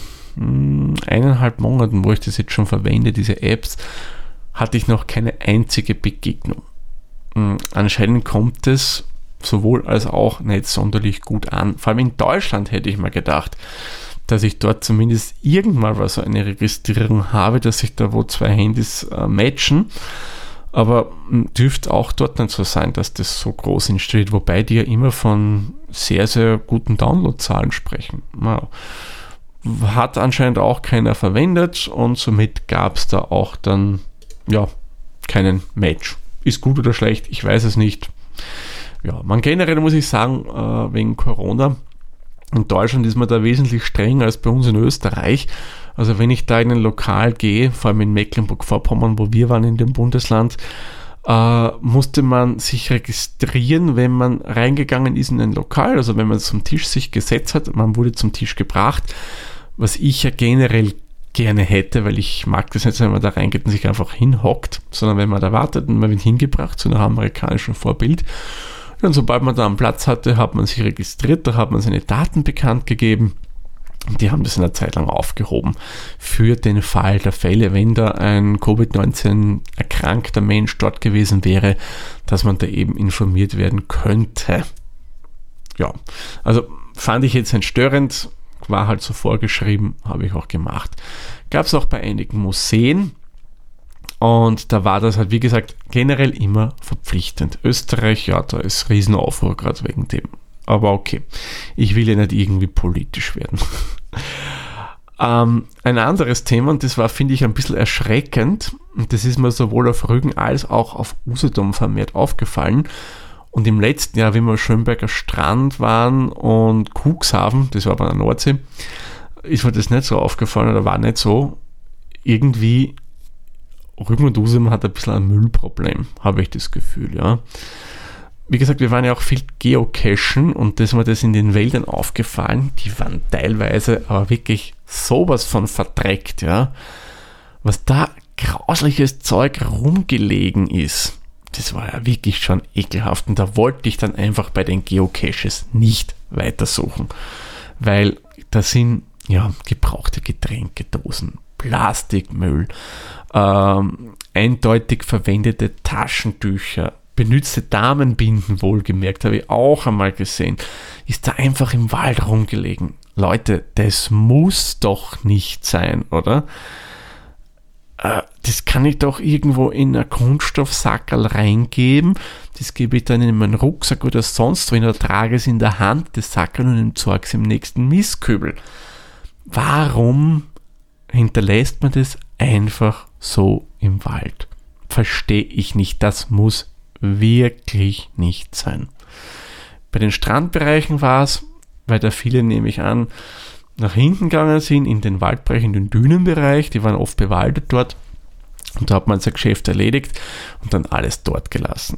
1,5 Monaten, wo ich das jetzt schon verwende, diese Apps, hatte ich noch keine einzige Begegnung. Anscheinend kommt es sowohl als auch nicht sonderlich gut an. Vor allem in Deutschland hätte ich mal gedacht, dass ich dort zumindest irgendwann mal so eine Registrierung habe, dass sich da wo 2 Handys matchen. Aber dürfte auch dort nicht so sein, dass das so groß installiert, wobei die ja immer von sehr, sehr guten Downloadzahlen sprechen. Wow. Hat anscheinend auch keiner verwendet und somit gab es da auch dann keinen Match. Ist gut oder schlecht, ich weiß es nicht. Ja, generell muss ich sagen, wegen Corona, in Deutschland ist man da wesentlich strenger als bei uns in Österreich. Also wenn ich da in ein Lokal gehe, vor allem in Mecklenburg-Vorpommern, wo wir waren in dem Bundesland, musste man sich registrieren, wenn man reingegangen ist in ein Lokal, also wenn man zum Tisch sich gesetzt hat, man wurde zum Tisch gebracht, was ich ja generell gerne hätte, weil ich mag das nicht, wenn man da reingeht und sich einfach hinhockt, sondern wenn man da wartet und man wird hingebracht zu einem amerikanischen Vorbild. Und sobald man da einen Platz hatte, hat man sich registriert, da hat man seine Daten bekannt gegeben Und die haben das eine Zeit lang aufgehoben für den Fall der Fälle, wenn da ein Covid-19 erkrankter Mensch dort gewesen wäre, dass man da eben informiert werden könnte. Ja, also fand ich jetzt störend, war halt so vorgeschrieben, habe ich auch gemacht. Gab es auch bei einigen Museen und da war das halt, wie gesagt, generell immer verpflichtend. Österreich, ja, da ist Riesenaufruhr gerade wegen dem. Aber okay, ich will ja nicht irgendwie politisch werden. Ein anderes Thema, und das war, finde ich, ein bisschen erschreckend, und das ist mir sowohl auf Rügen als auch auf Usedom vermehrt aufgefallen. Und im letzten Jahr, wie wir am Schönberger Strand waren und Cuxhaven, das war bei der Nordsee, ist mir das nicht so aufgefallen oder war nicht so. Irgendwie, Rügen und Usedom hat ein bisschen ein Müllproblem, habe ich das Gefühl, ja. Wie gesagt, wir waren ja auch viel geocachen und das ist mir das in den Wäldern aufgefallen. Die waren teilweise aber wirklich sowas von verdreckt, ja. Was da grausliches Zeug rumgelegen ist, das war ja wirklich schon ekelhaft. Und da wollte ich dann einfach bei den Geocaches nicht weitersuchen, weil da sind ja gebrauchte Getränkedosen, Plastikmüll, eindeutig verwendete Taschentücher, benützte Damenbinden, wohlgemerkt, habe ich auch einmal gesehen, ist da einfach im Wald rumgelegen. Leute, das muss doch nicht sein, oder? Das kann ich doch irgendwo in einen Kunststoffsackerl reingeben, das gebe ich dann in meinen Rucksack oder sonst wohin, oder trage es in der Hand, das Sackerl, und entsorge es im nächsten Mistkübel. Warum hinterlässt man das einfach so im Wald? Verstehe ich nicht, das muss wirklich nicht sein. Bei den Strandbereichen war es, weil da viele, nehme ich an, nach hinten gegangen sind, in den Waldbereich, in den Dünenbereich, die waren oft bewaldet dort, und da hat man sein Geschäft erledigt und dann alles dort gelassen.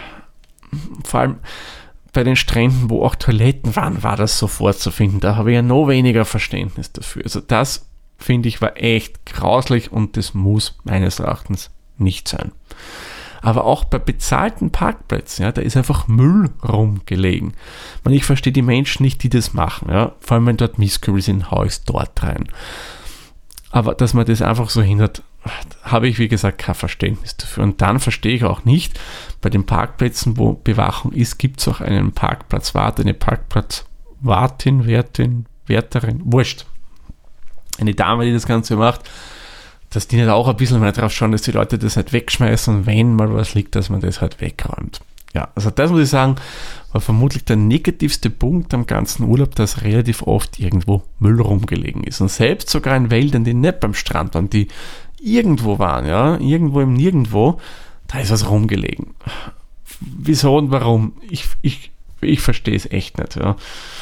Vor allem bei den Stränden, wo auch Toiletten waren, war das sofort zu finden. Da habe ich ja noch weniger Verständnis dafür. Also das, finde ich, war echt grauslich und das muss meines Erachtens nicht sein. Aber auch bei bezahlten Parkplätzen, ja, da ist einfach Müll rumgelegen. Ich verstehe die Menschen nicht, die das machen. Ja. Vor allem, wenn dort Mistkübel sind, haue ich es dort rein. Aber dass man das einfach so hindert, habe ich, wie gesagt, kein Verständnis dafür. Und dann verstehe ich auch nicht, bei den Parkplätzen, wo Bewachung ist, gibt es auch einen Parkplatzwart, eine Parkplatzwartin, Wärterin, wurscht. Eine Dame, die das Ganze macht, dass die nicht auch ein bisschen mehr drauf schauen, dass die Leute das halt wegschmeißen und wenn mal was liegt, dass man das halt wegräumt. Ja, also das muss ich sagen, war vermutlich der negativste Punkt am ganzen Urlaub, dass relativ oft irgendwo Müll rumgelegen ist. Und selbst sogar in Wäldern, die nicht beim Strand waren, die irgendwo waren, ja, irgendwo im Nirgendwo, da ist was rumgelegen. Wieso und warum? Ich verstehe es echt nicht, ja.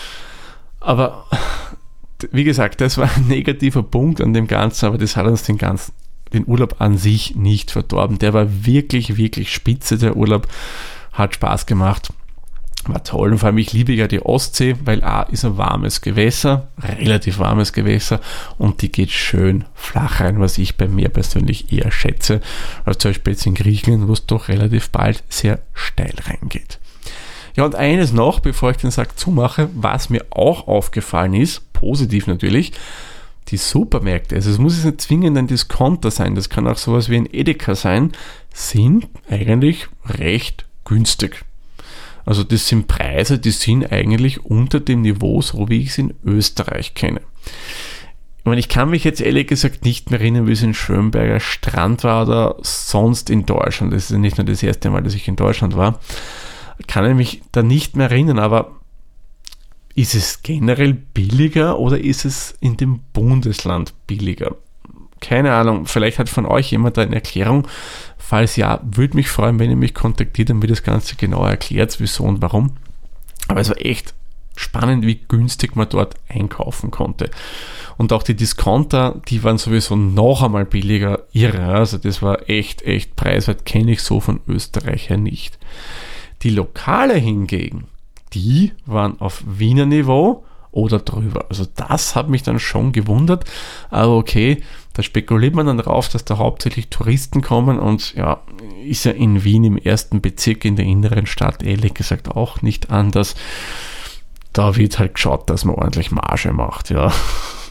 Aber wie gesagt, das war ein negativer Punkt an dem Ganzen, aber das hat uns den Urlaub an sich nicht verdorben. Der war wirklich, wirklich spitze, der Urlaub. Hat Spaß gemacht. War toll. Und vor allem, ich liebe ja die Ostsee, weil A ist ein warmes Gewässer, relativ warmes Gewässer, und die geht schön flach rein, was ich bei mir persönlich eher schätze, als zum Beispiel jetzt in Griechenland, wo es doch relativ bald sehr steil reingeht. Ja, und eines noch, bevor ich den Sack zumache, was mir auch aufgefallen ist, positiv natürlich, die Supermärkte, also es muss jetzt nicht zwingend ein Discounter sein, das kann auch sowas wie ein Edeka sein, sind eigentlich recht günstig. Also das sind Preise, die sind eigentlich unter dem Niveau, so wie ich es in Österreich kenne. Ich kann mich jetzt ehrlich gesagt nicht mehr erinnern, wie es in Schönberger Strand war oder sonst in Deutschland. Das ist ja nicht nur das erste Mal, dass ich in Deutschland war. Kann ich mich da nicht mehr erinnern, aber ist es generell billiger oder ist es in dem Bundesland billiger? Keine Ahnung, vielleicht hat von euch jemand eine Erklärung. Falls ja, würde mich freuen, wenn ihr mich kontaktiert und mir das Ganze genauer erklärt, wieso und warum. Aber es war echt spannend, wie günstig man dort einkaufen konnte. Und auch die Discounter, die waren sowieso noch einmal billiger. Irre, also das war echt preiswert, kenne ich so von Österreich her nicht. Die Lokale hingegen, die waren auf Wiener Niveau oder drüber. Also das hat mich dann schon gewundert, aber okay, da spekuliert man dann drauf, dass da hauptsächlich Touristen kommen und ja, ist ja in Wien im ersten Bezirk in der inneren Stadt ehrlich gesagt auch nicht anders. Da wird halt geschaut, dass man ordentlich Marge macht, ja.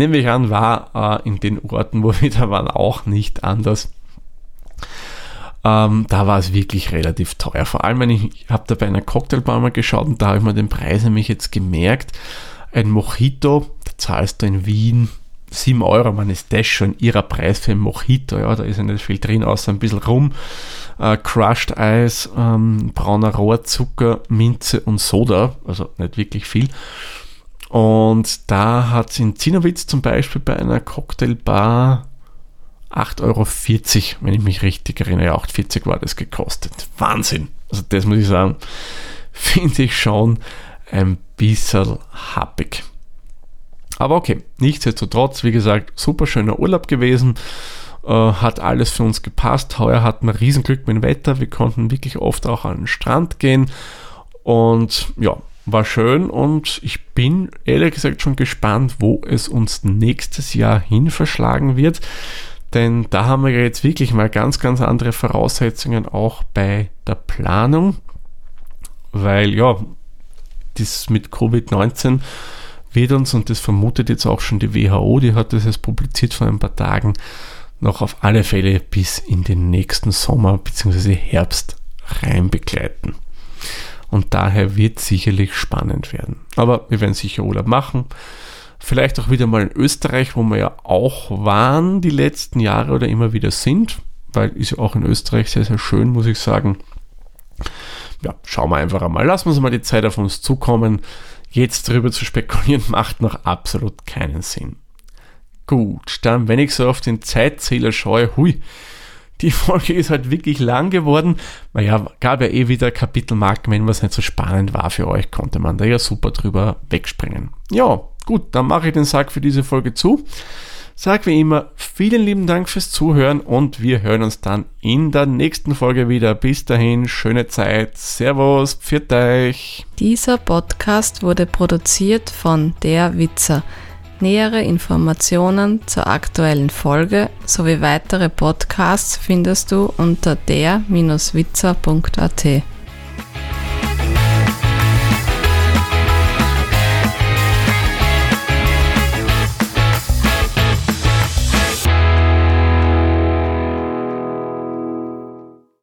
nehme ich an, war in den Orten, wo wir da waren, auch nicht anders. Da war es wirklich relativ teuer. Vor allem, ich habe da bei einer Cocktailbar mal geschaut und da habe ich mir den Preis nämlich jetzt gemerkt. Ein Mojito, da zahlst du in Wien 7 Euro, man ist das schon ihrer Preis für ein Mojito, ja, da ist ja nicht viel drin, außer ein bisschen Rum, Crushed Eis, brauner Rohrzucker, Minze und Soda, also nicht wirklich viel. Und da hat es in Zinnowitz zum Beispiel bei einer Cocktailbar 8,40 Euro, wenn ich mich richtig erinnere, ja, 8,40 war das gekostet. Wahnsinn! Also das muss ich sagen, finde ich schon ein bisschen happig. Aber okay, nichtsdestotrotz, wie gesagt, super schöner Urlaub gewesen, hat alles für uns gepasst. Heuer hatten wir Riesenglück mit dem Wetter, wir konnten wirklich oft auch an den Strand gehen und ja, war schön und ich bin ehrlich gesagt schon gespannt, wo es uns nächstes Jahr hin verschlagen wird. Denn da haben wir ja jetzt wirklich mal ganz, ganz andere Voraussetzungen auch bei der Planung, weil ja, das mit Covid-19 wird uns, und das vermutet jetzt auch schon die WHO, die hat das jetzt publiziert vor ein paar Tagen, noch auf alle Fälle bis in den nächsten Sommer bzw. Herbst rein begleiten. Und daher wird es sicherlich spannend werden. Aber wir werden sicher Urlaub machen. Vielleicht auch wieder mal in Österreich, wo wir ja auch waren die letzten Jahre oder immer wieder sind, weil ist ja auch in Österreich sehr, sehr schön, muss ich sagen. Ja, schauen wir einfach einmal. Lassen wir uns mal die Zeit auf uns zukommen. Jetzt darüber zu spekulieren, macht noch absolut keinen Sinn. Gut, dann, wenn ich so auf den Zeitzähler schaue, die Folge ist halt wirklich lang geworden. Naja, gab ja eh wieder Kapitelmarken, wenn was nicht so spannend war für euch, konnte man da ja super drüber wegspringen. Ja, gut, dann mache ich den Sack für diese Folge zu. Sag wie immer, vielen lieben Dank fürs Zuhören und wir hören uns dann in der nächsten Folge wieder. Bis dahin, schöne Zeit. Servus, pfiat euch. Dieser Podcast wurde produziert von Der Witzer. Nähere Informationen zur aktuellen Folge sowie weitere Podcasts findest du unter der-witzer.at.